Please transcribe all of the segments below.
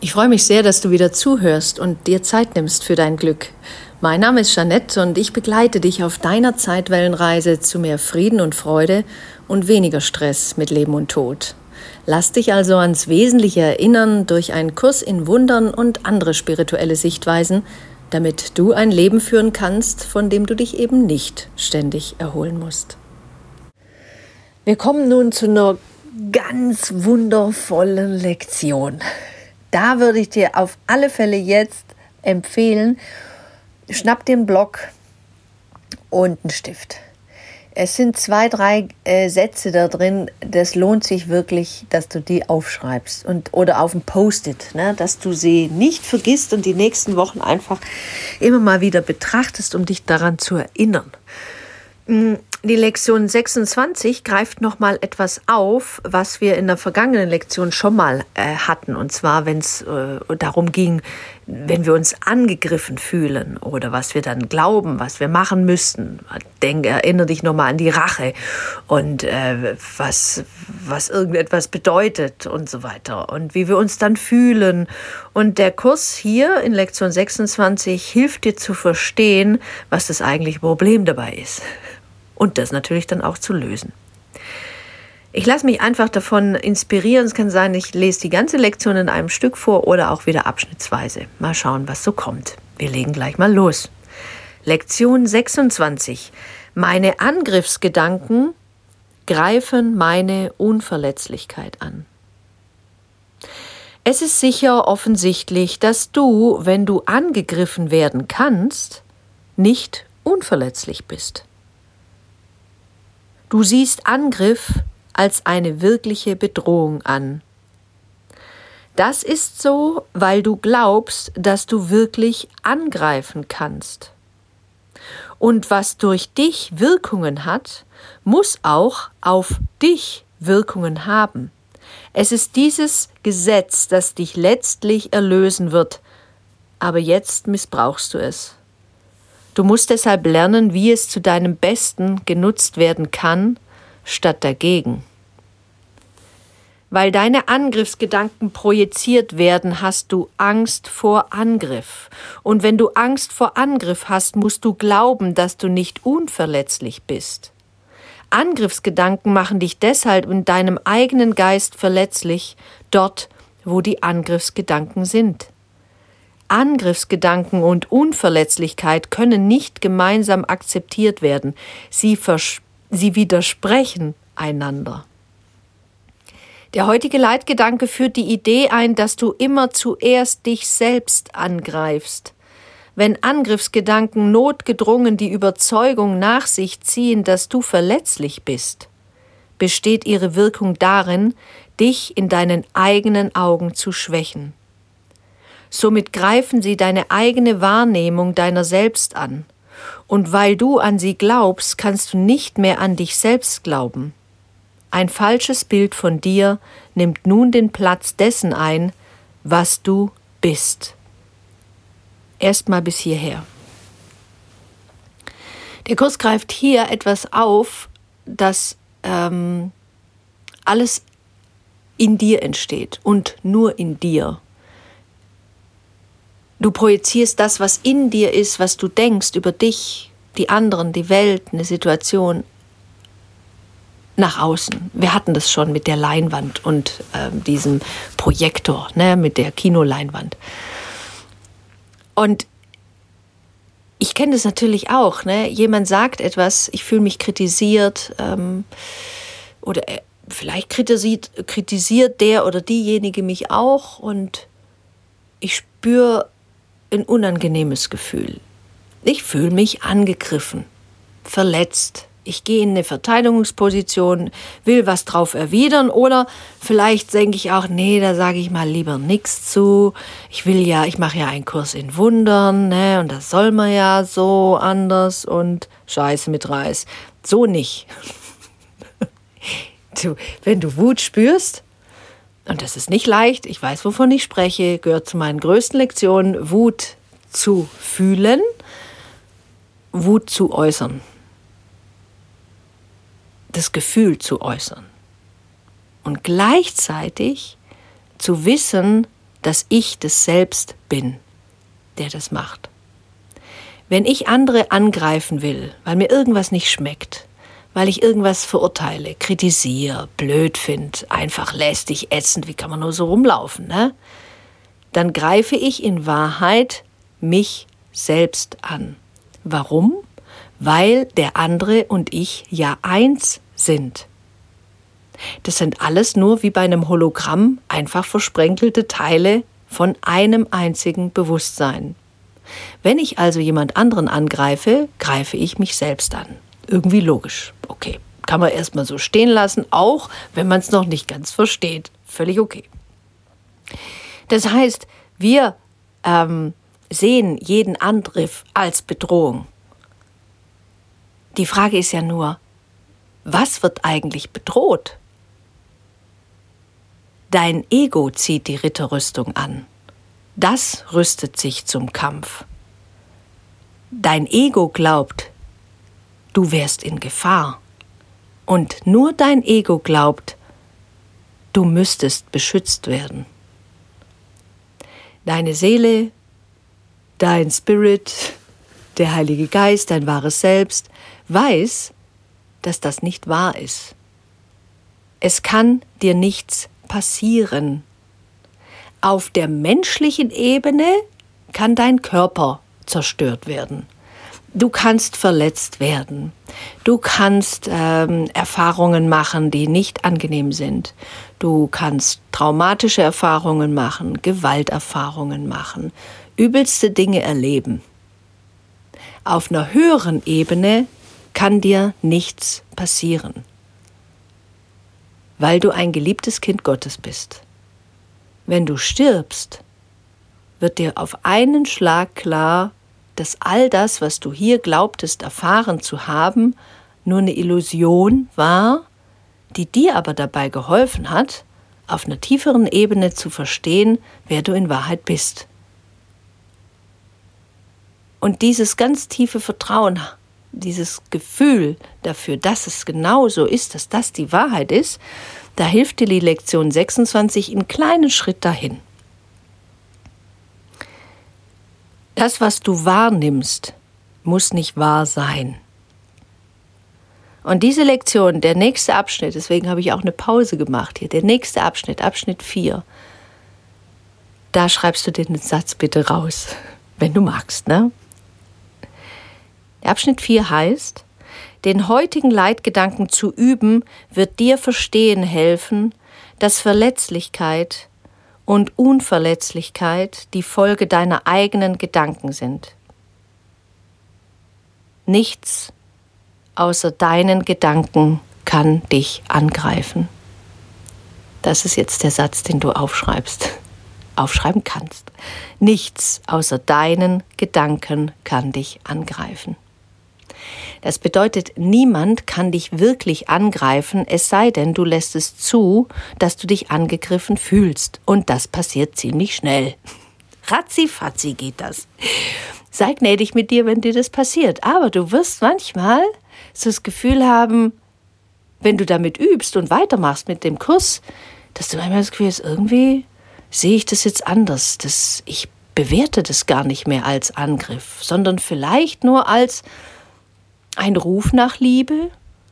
Ich freue mich sehr, dass du wieder zuhörst und dir Zeit nimmst für dein Glück. Mein Name ist Jeanette und ich begleite dich auf deiner Zeitwellenreise zu mehr Frieden und Freude und weniger Stress mit Leben und Tod. Lass dich also ans Wesentliche erinnern durch einen Kurs in Wundern und andere spirituelle Sichtweisen, damit du ein Leben führen kannst, von dem du dich eben nicht ständig erholen musst. Wir kommen nun zu einer ganz wundervollen Lektion. Da würde ich dir auf alle Fälle jetzt empfehlen, schnapp dir einen Block und einen Stift. Es sind 2, 3 Sätze da drin, das lohnt sich wirklich, dass du die aufschreibst oder auf ein Post-it, ne, dass du sie nicht vergisst und die nächsten Wochen einfach immer mal wieder betrachtest, um dich daran zu erinnern. Die Lektion 26 greift nochmal etwas auf, was wir in der vergangenen Lektion schon mal hatten. Und zwar, wenn es darum ging, wenn wir uns angegriffen fühlen oder was wir dann glauben, was wir machen müssten. Erinnere dich nochmal an die Rache und was irgendetwas bedeutet und so weiter. Und wie wir uns dann fühlen. Und der Kurs hier in Lektion 26 hilft dir zu verstehen, was das eigentliche Problem dabei ist. Und das natürlich dann auch zu lösen. Ich lasse mich einfach davon inspirieren. Es kann sein, ich lese die ganze Lektion in einem Stück vor oder auch wieder abschnittsweise. Mal schauen, was so kommt. Wir legen gleich mal los. Lektion 26. Meine Angriffsgedanken greifen meine Unverletzlichkeit an. Es ist sicher offensichtlich, dass du, wenn du angegriffen werden kannst, nicht unverletzlich bist. Du siehst Angriff als eine wirkliche Bedrohung an. Das ist so, weil du glaubst, dass du wirklich angreifen kannst. Und was durch dich Wirkungen hat, muss auch auf dich Wirkungen haben. Es ist dieses Gesetz, das dich letztlich erlösen wird, aber jetzt missbrauchst du es. Du musst deshalb lernen, wie es zu deinem Besten genutzt werden kann, statt dagegen. Weil deine Angriffsgedanken projiziert werden, hast du Angst vor Angriff. Und wenn du Angst vor Angriff hast, musst du glauben, dass du nicht unverletzlich bist. Angriffsgedanken machen dich deshalb in deinem eigenen Geist verletzlich, dort, wo die Angriffsgedanken sind. Angriffsgedanken und Unverletzlichkeit können nicht gemeinsam akzeptiert werden. Sie widersprechen einander. Der heutige Leitgedanke führt die Idee ein, dass du immer zuerst dich selbst angreifst. Wenn Angriffsgedanken notgedrungen die Überzeugung nach sich ziehen, dass du verletzlich bist, besteht ihre Wirkung darin, dich in deinen eigenen Augen zu schwächen. Somit greifen sie deine eigene Wahrnehmung deiner selbst an. Und weil du an sie glaubst, kannst du nicht mehr an dich selbst glauben. Ein falsches Bild von dir nimmt nun den Platz dessen ein, was du bist. Erstmal bis hierher. Der Kurs greift hier etwas auf, dass alles in dir entsteht und nur in dir. Du projizierst das, was in dir ist, was du denkst über dich, die anderen, die Welt, eine Situation nach außen. Wir hatten das schon mit der Leinwand und diesem Projektor, ne, mit der Kinoleinwand. Und ich kenne das natürlich auch. Ne? Jemand sagt etwas, ich fühle mich kritisiert oder vielleicht kritisiert der oder diejenige mich auch und ich spüre ein unangenehmes Gefühl. Ich fühle mich angegriffen, verletzt. Ich gehe in eine Verteidigungsposition, will was drauf erwidern oder vielleicht denke ich auch, nee, da sage ich mal lieber nichts zu. Ich mache ja einen Kurs in Wundern, ne, und das soll man ja so anders und Scheiße mit Reis. So nicht. Wenn du Wut spürst, und das ist nicht leicht, ich weiß, wovon ich spreche, gehört zu meinen größten Lektionen, Wut zu fühlen, Wut zu äußern. Das Gefühl zu äußern. Und gleichzeitig zu wissen, dass ich das selbst bin, der das macht. Wenn ich andere angreifen will, weil mir irgendwas nicht schmeckt, weil ich irgendwas verurteile, kritisiere, blöd finde, einfach lästig, ätzend, wie kann man nur so rumlaufen, ne? Dann greife ich in Wahrheit mich selbst an. Warum? Weil der andere und ich ja eins sind. Das sind alles nur wie bei einem Hologramm einfach versprenkelte Teile von einem einzigen Bewusstsein. Wenn ich also jemand anderen angreife, greife ich mich selbst an. Irgendwie logisch. Okay, kann man erstmal so stehen lassen, auch wenn man es noch nicht ganz versteht. Völlig okay. Das heißt, wir sehen jeden Angriff als Bedrohung. Die Frage ist ja nur, was wird eigentlich bedroht? Dein Ego zieht die Ritterrüstung an. Das rüstet sich zum Kampf. Dein Ego glaubt, du wärst in Gefahr. Und nur dein Ego glaubt, du müsstest beschützt werden. Deine Seele, dein Spirit, der Heilige Geist, dein wahres Selbst, weiß, dass das nicht wahr ist. Es kann dir nichts passieren. Auf der menschlichen Ebene kann dein Körper zerstört werden. Du kannst verletzt werden. Du kannst Erfahrungen machen, die nicht angenehm sind. Du kannst traumatische Erfahrungen machen, Gewalterfahrungen machen, übelste Dinge erleben. Auf einer höheren Ebene kann dir nichts passieren, weil du ein geliebtes Kind Gottes bist. Wenn du stirbst, wird dir auf einen Schlag klar, dass all das, was du hier glaubtest erfahren zu haben, nur eine Illusion war, die dir aber dabei geholfen hat, auf einer tieferen Ebene zu verstehen, wer du in Wahrheit bist. Und dieses ganz tiefe Vertrauen, dieses Gefühl dafür, dass es genau so ist, dass das die Wahrheit ist, da hilft dir die Lektion 26 in kleinen Schritt dahin. Das, was du wahrnimmst, muss nicht wahr sein. Und diese Lektion, der nächste Abschnitt, deswegen habe ich auch eine Pause gemacht hier, der nächste Abschnitt, Abschnitt 4, da schreibst du den Satz bitte raus, wenn du magst, ne? Der Abschnitt 4 heißt, den heutigen Leitgedanken zu üben, wird dir verstehen helfen, dass Verletzlichkeit und Unverletzlichkeit die Folge deiner eigenen Gedanken sind. Nichts außer deinen Gedanken kann dich angreifen. Das ist jetzt der Satz, den du aufschreiben kannst. Nichts außer deinen Gedanken kann dich angreifen. Das bedeutet, niemand kann dich wirklich angreifen, es sei denn, du lässt es zu, dass du dich angegriffen fühlst. Und das passiert ziemlich schnell. Ratzi-fatzi geht das. Sei gnädig mit dir, wenn dir das passiert. Aber du wirst manchmal so das Gefühl haben, wenn du damit übst und weitermachst mit dem Kurs, dass du manchmal das Gefühl hast, irgendwie sehe ich das jetzt anders. Ich bewerte das gar nicht mehr als Angriff, sondern vielleicht nur als ein Ruf nach Liebe.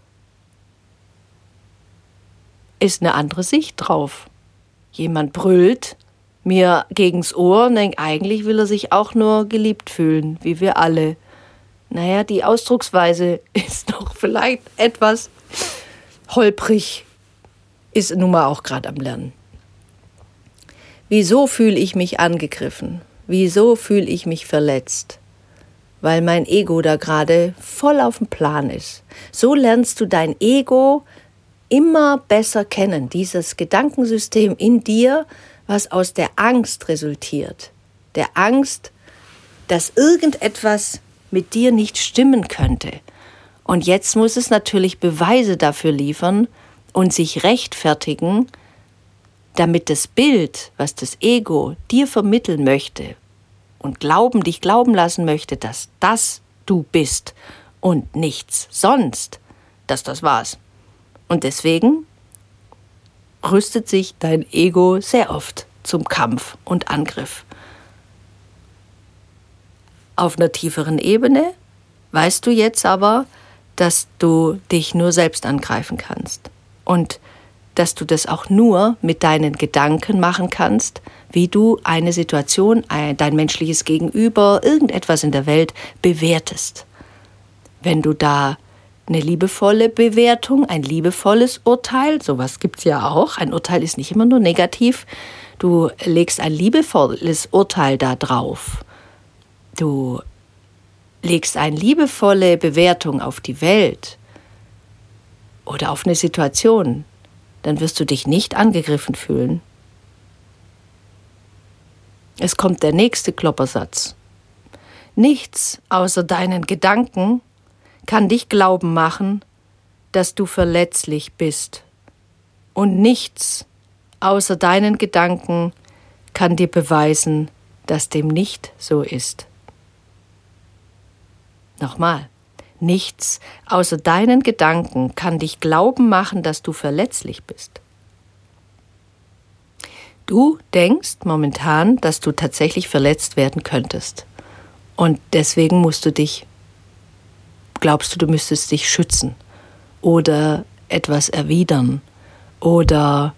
Ist eine andere Sicht drauf. Jemand brüllt mir gegens Ohr und denkt, eigentlich will er sich auch nur geliebt fühlen, wie wir alle. Naja, die Ausdrucksweise ist noch vielleicht etwas holprig, ist nun mal auch gerade am Lernen. Wieso fühle ich mich angegriffen? Wieso fühle ich mich verletzt? Weil mein Ego da gerade voll auf dem Plan ist. So lernst du dein Ego immer besser kennen, dieses Gedankensystem in dir, was aus der Angst resultiert. Der Angst, dass irgendetwas mit dir nicht stimmen könnte. Und jetzt muss es natürlich Beweise dafür liefern und sich rechtfertigen, damit das Bild, was das Ego dir vermitteln möchte und dich glauben lassen möchte, dass das du bist und nichts sonst, dass das war's. Und deswegen rüstet sich dein Ego sehr oft zum Kampf und Angriff. Auf einer tieferen Ebene weißt du jetzt aber, dass du dich nur selbst angreifen kannst und dass du das auch nur mit deinen Gedanken machen kannst, wie du eine Situation, dein menschliches Gegenüber, irgendetwas in der Welt bewertest. Wenn du da eine liebevolle Bewertung, ein liebevolles Urteil, sowas gibt's ja auch, ein Urteil ist nicht immer nur negativ, du legst ein liebevolles Urteil da drauf, du legst eine liebevolle Bewertung auf die Welt oder auf eine Situation, dann wirst du dich nicht angegriffen fühlen. Es kommt der nächste Kloppersatz. Nichts außer deinen Gedanken kann dich glauben machen, dass du verletzlich bist. Und nichts außer deinen Gedanken kann dir beweisen, dass dem nicht so ist. Nochmal. Nichts außer deinen Gedanken kann dich glauben machen, dass du verletzlich bist. Du denkst momentan, dass du tatsächlich verletzt werden könntest. Und deswegen glaubst du müsstest dich schützen oder etwas erwidern oder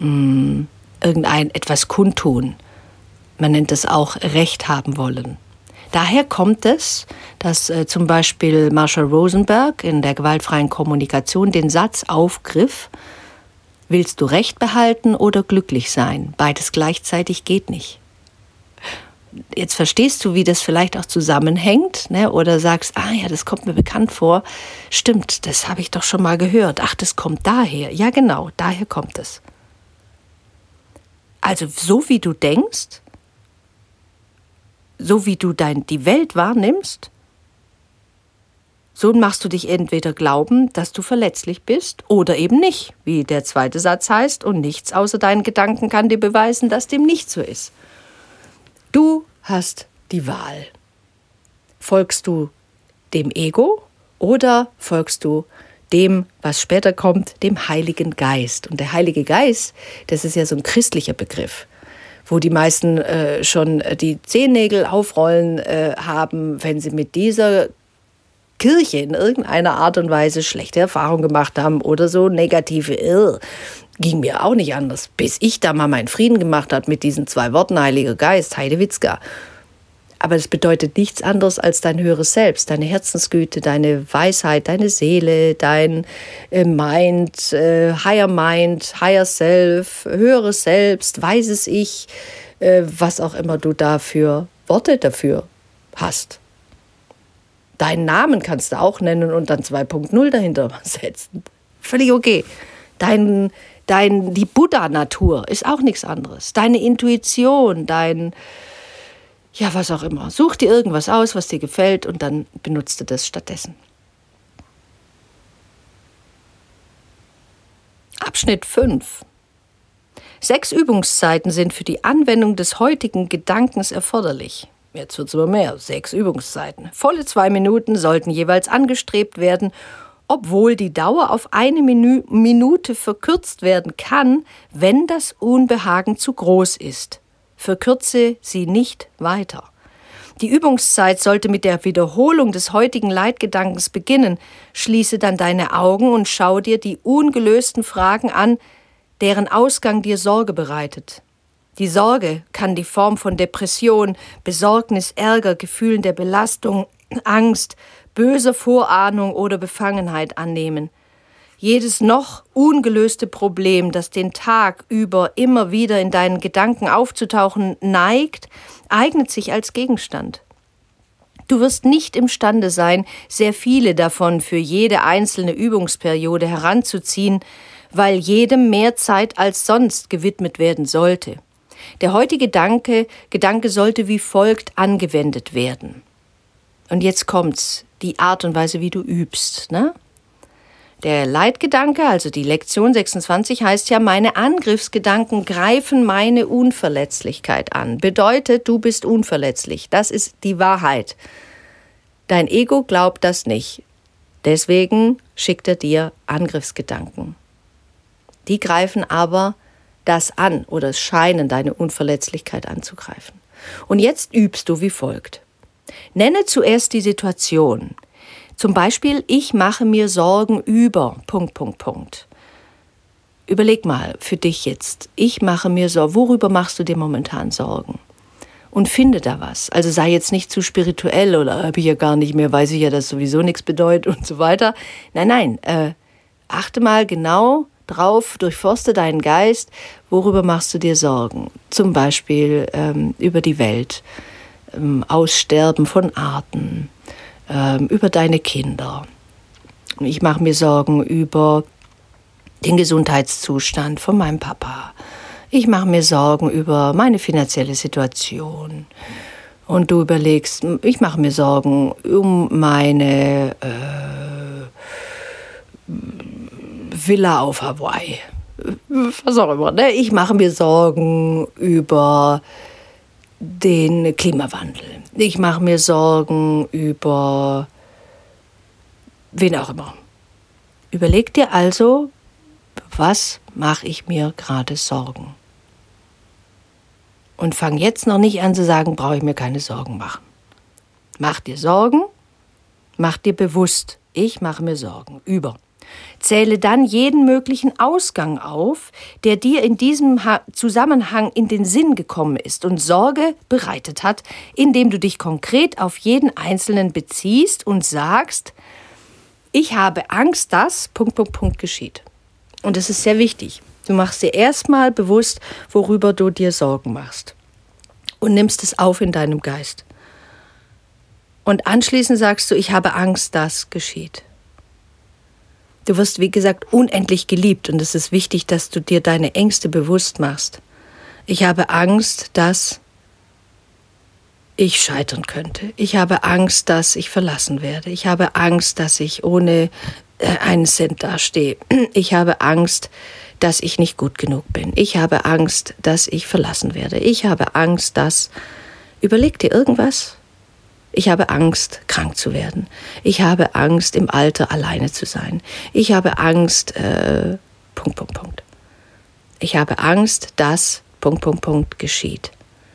etwas kundtun. Man nennt es auch Recht haben wollen. Daher kommt es, dass zum Beispiel Marshall Rosenberg in der gewaltfreien Kommunikation den Satz aufgriff: Willst du Recht behalten oder glücklich sein? Beides gleichzeitig geht nicht. Jetzt verstehst du, wie das vielleicht auch zusammenhängt, ne? Oder sagst, ja, das kommt mir bekannt vor. Stimmt, das habe ich doch schon mal gehört. Ach, das kommt daher. Ja, genau, daher kommt es. Also so wie du denkst, so wie du die Welt wahrnimmst, so machst du dich entweder glauben, dass du verletzlich bist oder eben nicht, wie der zweite Satz heißt, und nichts außer deinen Gedanken kann dir beweisen, dass dem nicht so ist. Du hast die Wahl. Folgst du dem Ego oder folgst du dem, was später kommt, dem Heiligen Geist? Und der Heilige Geist, das ist ja so ein christlicher Begriff, wo die meisten schon die Zehennägel aufrollen haben, wenn sie mit dieser Kirche in irgendeiner Art und Weise schlechte Erfahrungen gemacht haben oder so negative, ging mir auch nicht anders, bis ich da mal meinen Frieden gemacht habe mit diesen 2 Worten Heiliger Geist, Heidewitzka. Aber es bedeutet nichts anderes als dein höheres Selbst, deine Herzensgüte, deine Weisheit, deine Seele, dein Mind, Higher Self, höheres Selbst, weises Ich, was auch immer du dafür Worte dafür hast. Deinen Namen kannst du auch nennen und dann 2.0 dahinter setzen. Völlig okay. Die Buddha-Natur ist auch nichts anderes. Deine Intuition, was auch immer. Such dir irgendwas aus, was dir gefällt und dann benutzt du das stattdessen. Abschnitt 5. 6 Übungszeiten sind für die Anwendung des heutigen Gedankens erforderlich. Jetzt wird es immer mehr, 6 Übungszeiten. Volle 2 Minuten sollten jeweils angestrebt werden, obwohl die Dauer auf 1 Minute verkürzt werden kann, wenn das Unbehagen zu groß ist. Verkürze sie nicht weiter. Die Übungszeit sollte mit der Wiederholung des heutigen Leitgedankens beginnen. Schließe dann deine Augen und schau dir die ungelösten Fragen an, deren Ausgang dir Sorge bereitet. Die Sorge kann die Form von Depression, Besorgnis, Ärger, Gefühlen der Belastung, Angst, böser Vorahnung oder Befangenheit annehmen. Jedes noch ungelöste Problem, das den Tag über immer wieder in deinen Gedanken aufzutauchen neigt, eignet sich als Gegenstand. Du wirst nicht imstande sein, sehr viele davon für jede einzelne Übungsperiode heranzuziehen, weil jedem mehr Zeit als sonst gewidmet werden sollte. Der heutige Gedanke sollte wie folgt angewendet werden. Und jetzt kommt's, die Art und Weise, wie du übst, ne? Der Leitgedanke, also die Lektion 26, heißt ja, meine Angriffsgedanken greifen meine Unverletzlichkeit an. Bedeutet, du bist unverletzlich. Das ist die Wahrheit. Dein Ego glaubt das nicht. Deswegen schickt er dir Angriffsgedanken. Die greifen aber das an oder es scheinen, deine Unverletzlichkeit anzugreifen. Und jetzt übst du wie folgt. Nenne zuerst die Situation. Zum Beispiel, ich mache mir Sorgen über... Überleg mal für dich jetzt, ich mache mir Sorgen. Worüber machst du dir momentan Sorgen? Und finde da was. Also sei jetzt nicht zu spirituell oder habe ich ja gar nicht mehr, weiß ich ja, dass sowieso nichts bedeutet und so weiter. Nein, achte mal genau drauf, durchforste deinen Geist, worüber machst du dir Sorgen? Zum Beispiel über die Welt, Aussterben von Arten, über deine Kinder. Ich mache mir Sorgen über den Gesundheitszustand von meinem Papa. Ich mache mir Sorgen über meine finanzielle Situation. Und du überlegst, ich mache mir Sorgen um meine Villa auf Hawaii. Was auch immer. Ne? Ich mache mir Sorgen über den Klimawandel. Ich mache mir Sorgen über wen auch immer. Überleg dir also, was mache ich mir gerade Sorgen? Und fang jetzt noch nicht an zu sagen, brauche ich mir keine Sorgen machen. Mach dir Sorgen, mach dir bewusst, ich mache mir Sorgen über. Zähle dann jeden möglichen Ausgang auf, der dir in diesem Zusammenhang in den Sinn gekommen ist und Sorge bereitet hat, indem du dich konkret auf jeden Einzelnen beziehst und sagst, ich habe Angst, dass ... geschieht. Und das ist sehr wichtig. Du machst dir erstmal bewusst, worüber du dir Sorgen machst. Und nimmst es auf in deinem Geist. Und anschließend sagst du, ich habe Angst, dass geschieht. Du wirst, wie gesagt, unendlich geliebt. Und es ist wichtig, dass du dir deine Ängste bewusst machst. Ich habe Angst, dass ich scheitern könnte. Ich habe Angst, dass ich verlassen werde. Ich habe Angst, dass ich ohne einen Cent dastehe. Ich habe Angst, dass ich nicht gut genug bin. Ich habe Angst, dass ich verlassen werde. Ich habe Angst, dass... Überleg dir irgendwas. Ich habe Angst, krank zu werden. Ich habe Angst, im Alter alleine zu sein. Ich habe Angst, Ich habe Angst, dass... geschieht.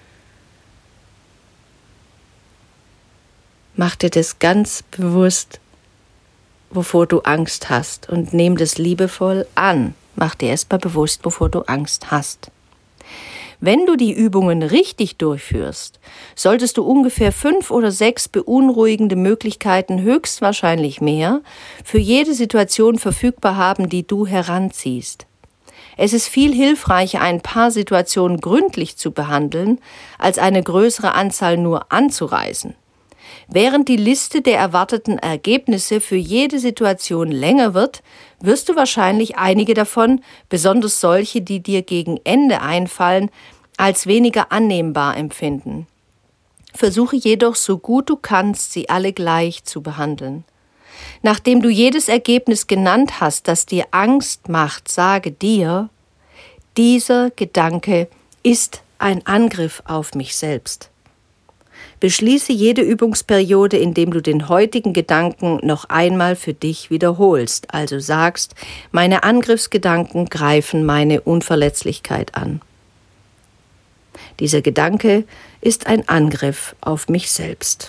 Mach dir das ganz bewusst, wovor du Angst hast und nimm das liebevoll an. Mach dir erstmal bewusst, wovor du Angst hast. Wenn du die Übungen richtig durchführst, solltest du ungefähr 5 oder 6 beunruhigende Möglichkeiten, höchstwahrscheinlich mehr, für jede Situation verfügbar haben, die du heranziehst. Es ist viel hilfreicher, ein paar Situationen gründlich zu behandeln, als eine größere Anzahl nur anzureißen. Während die Liste der erwarteten Ergebnisse für jede Situation länger wird, wirst du wahrscheinlich einige davon, besonders solche, die dir gegen Ende einfallen, als weniger annehmbar empfinden. Versuche jedoch, so gut du kannst, sie alle gleich zu behandeln. Nachdem du jedes Ergebnis genannt hast, das dir Angst macht, sage dir, dieser Gedanke ist ein Angriff auf mich selbst. Beschließe jede Übungsperiode, indem du den heutigen Gedanken noch einmal für dich wiederholst, also sagst, meine Angriffsgedanken greifen meine Unverletzlichkeit an. Dieser Gedanke ist ein Angriff auf mich selbst.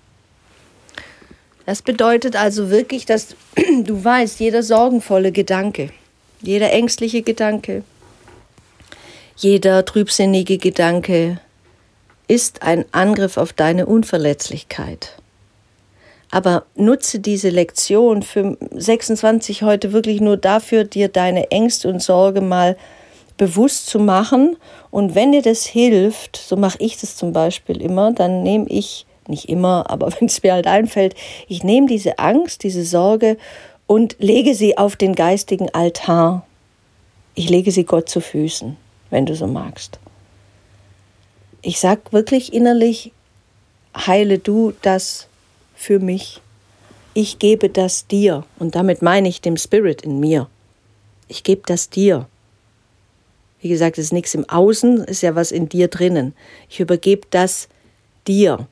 Das bedeutet also wirklich, dass du weißt, jeder sorgenvolle Gedanke, jeder ängstliche Gedanke, jeder trübsinnige Gedanke ist ein Angriff auf deine Unverletzlichkeit. Aber nutze diese Lektion für 26 heute wirklich nur dafür, dir deine Ängste und Sorge mal bewusst zu machen. Und wenn dir das hilft, so mache ich das zum Beispiel immer, dann nehme ich, nicht immer, aber wenn es mir halt einfällt, ich nehme diese Angst, diese Sorge und lege sie auf den geistigen Altar. Ich lege sie Gott zu Füßen, wenn du so magst. Ich sag wirklich innerlich, heile du das für mich. Ich gebe das dir. Und damit meine ich dem Spirit in mir. Ich gebe das dir. Wie gesagt, es ist nichts im Außen, es ist ja was in dir drinnen. Ich übergebe das dir.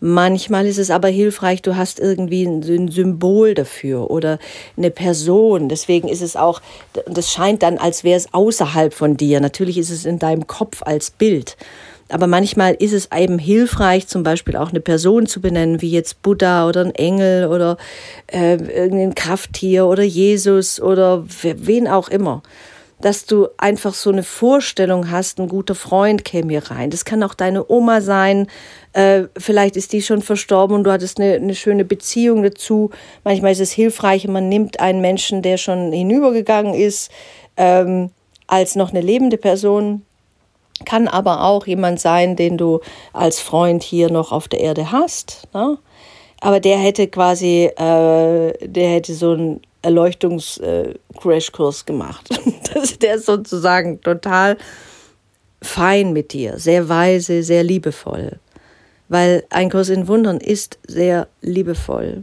Manchmal ist es aber hilfreich, du hast irgendwie ein Symbol dafür oder eine Person. Deswegen ist es auch, das scheint dann, als wäre es außerhalb von dir. Natürlich ist es in deinem Kopf als Bild. Aber manchmal ist es eben hilfreich, zum Beispiel auch eine Person zu benennen, wie jetzt Buddha oder ein Engel oder irgendein Krafttier oder Jesus oder wen auch immer. Dass du einfach so eine Vorstellung hast, ein guter Freund käme hier rein. Das kann auch deine Oma sein, vielleicht ist die schon verstorben und du hattest eine schöne Beziehung dazu. Manchmal ist es hilfreich, man nimmt einen Menschen, der schon hinübergegangen ist, als noch eine lebende Person. Kann aber auch jemand sein, den du als Freund hier noch auf der Erde hast. Ne? Aber der hätte quasi, so einen Erleuchtungs-Crashkurs gemacht. Der ist sozusagen total fein mit dir, sehr weise, sehr liebevoll. Weil ein Kurs in Wundern ist sehr liebevoll.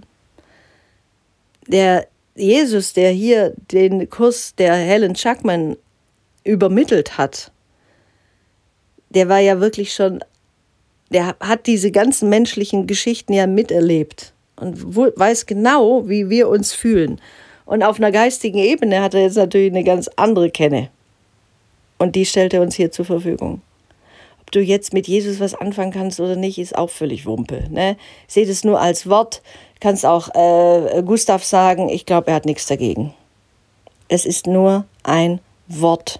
Der Jesus, der hier den Kurs der Helen Schackman übermittelt hat, der war ja wirklich schon, der hat diese ganzen menschlichen Geschichten ja miterlebt und weiß genau, wie wir uns fühlen. Und auf einer geistigen Ebene hat er jetzt natürlich eine ganz andere Kenne. Und die stellt er uns hier zur Verfügung. Ob du jetzt mit Jesus was anfangen kannst oder nicht, ist auch völlig Wumpe. Ne? Seht es nur als Wort. Kannst auch Gustav sagen, ich glaube, er hat nichts dagegen. Es ist nur ein Wort.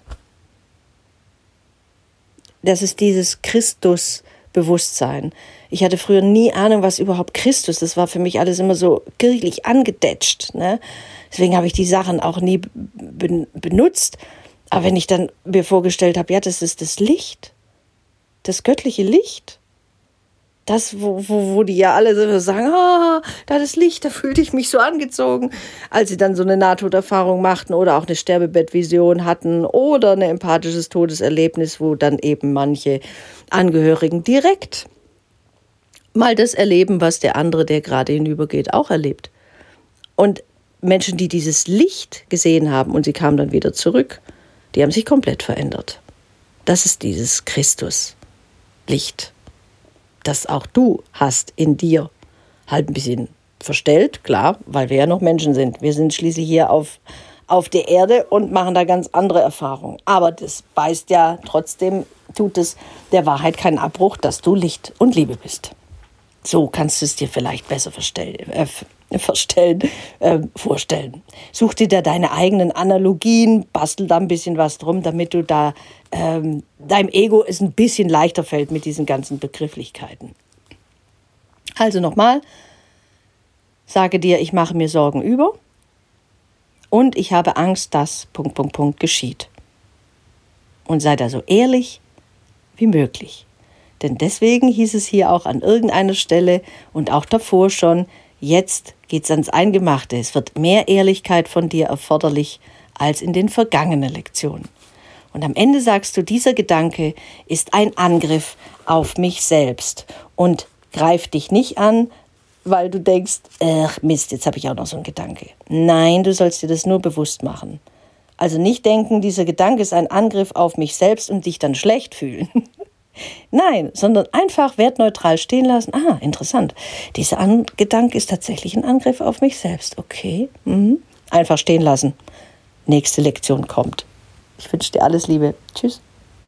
Das ist dieses Christus-Bewusstsein. Ich hatte früher nie Ahnung, was überhaupt Christus ist. Das war für mich alles immer so kirchlich angedetscht. Ne? Deswegen habe ich die Sachen auch nie benutzt. Aber wenn ich dann mir vorgestellt habe, ja, das ist das Licht, das göttliche Licht. Das, wo die ja alle so sagen, da das Licht, da fühlte ich mich so angezogen. Als sie dann so eine Nahtoderfahrung machten oder auch eine Sterbebettvision hatten oder ein empathisches Todeserlebnis, wo dann eben manche Angehörigen direkt mal das erleben, was der andere, der gerade hinübergeht, auch erlebt. Und Menschen, die dieses Licht gesehen haben und sie kamen dann wieder zurück, die haben sich komplett verändert. Das ist dieses Christus-Licht, das auch du hast in dir. Halt ein bisschen verstellt, klar, weil wir ja noch Menschen sind. Wir sind schließlich hier auf der Erde und machen da ganz andere Erfahrungen. Aber das beißt ja trotzdem, tut es der Wahrheit keinen Abbruch, dass du Licht und Liebe bist. So kannst du es dir vielleicht besser vorstellen. Such dir da deine eigenen Analogien, bastel da ein bisschen was drum, damit du da deinem Ego es ein bisschen leichter fällt mit diesen ganzen Begrifflichkeiten. Also nochmal, sage dir, ich mache mir Sorgen über und ich habe Angst, dass ... geschieht. Und sei da so ehrlich wie möglich. Denn deswegen hieß es hier auch an irgendeiner Stelle und auch davor schon, jetzt geht's ans Eingemachte. Es wird mehr Ehrlichkeit von dir erforderlich als in den vergangenen Lektionen. Und am Ende sagst du, dieser Gedanke ist ein Angriff auf mich selbst und greif dich nicht an, weil du denkst, Mist, jetzt habe ich auch noch so einen Gedanke. Nein, du sollst dir das nur bewusst machen. Also nicht denken, dieser Gedanke ist ein Angriff auf mich selbst und dich dann schlecht fühlen. Nein, sondern einfach wertneutral stehen lassen. Interessant. Dieser Gedanke ist tatsächlich ein Angriff auf mich selbst. Okay. Einfach stehen lassen. Nächste Lektion kommt. Ich wünsche dir alles Liebe. Tschüss.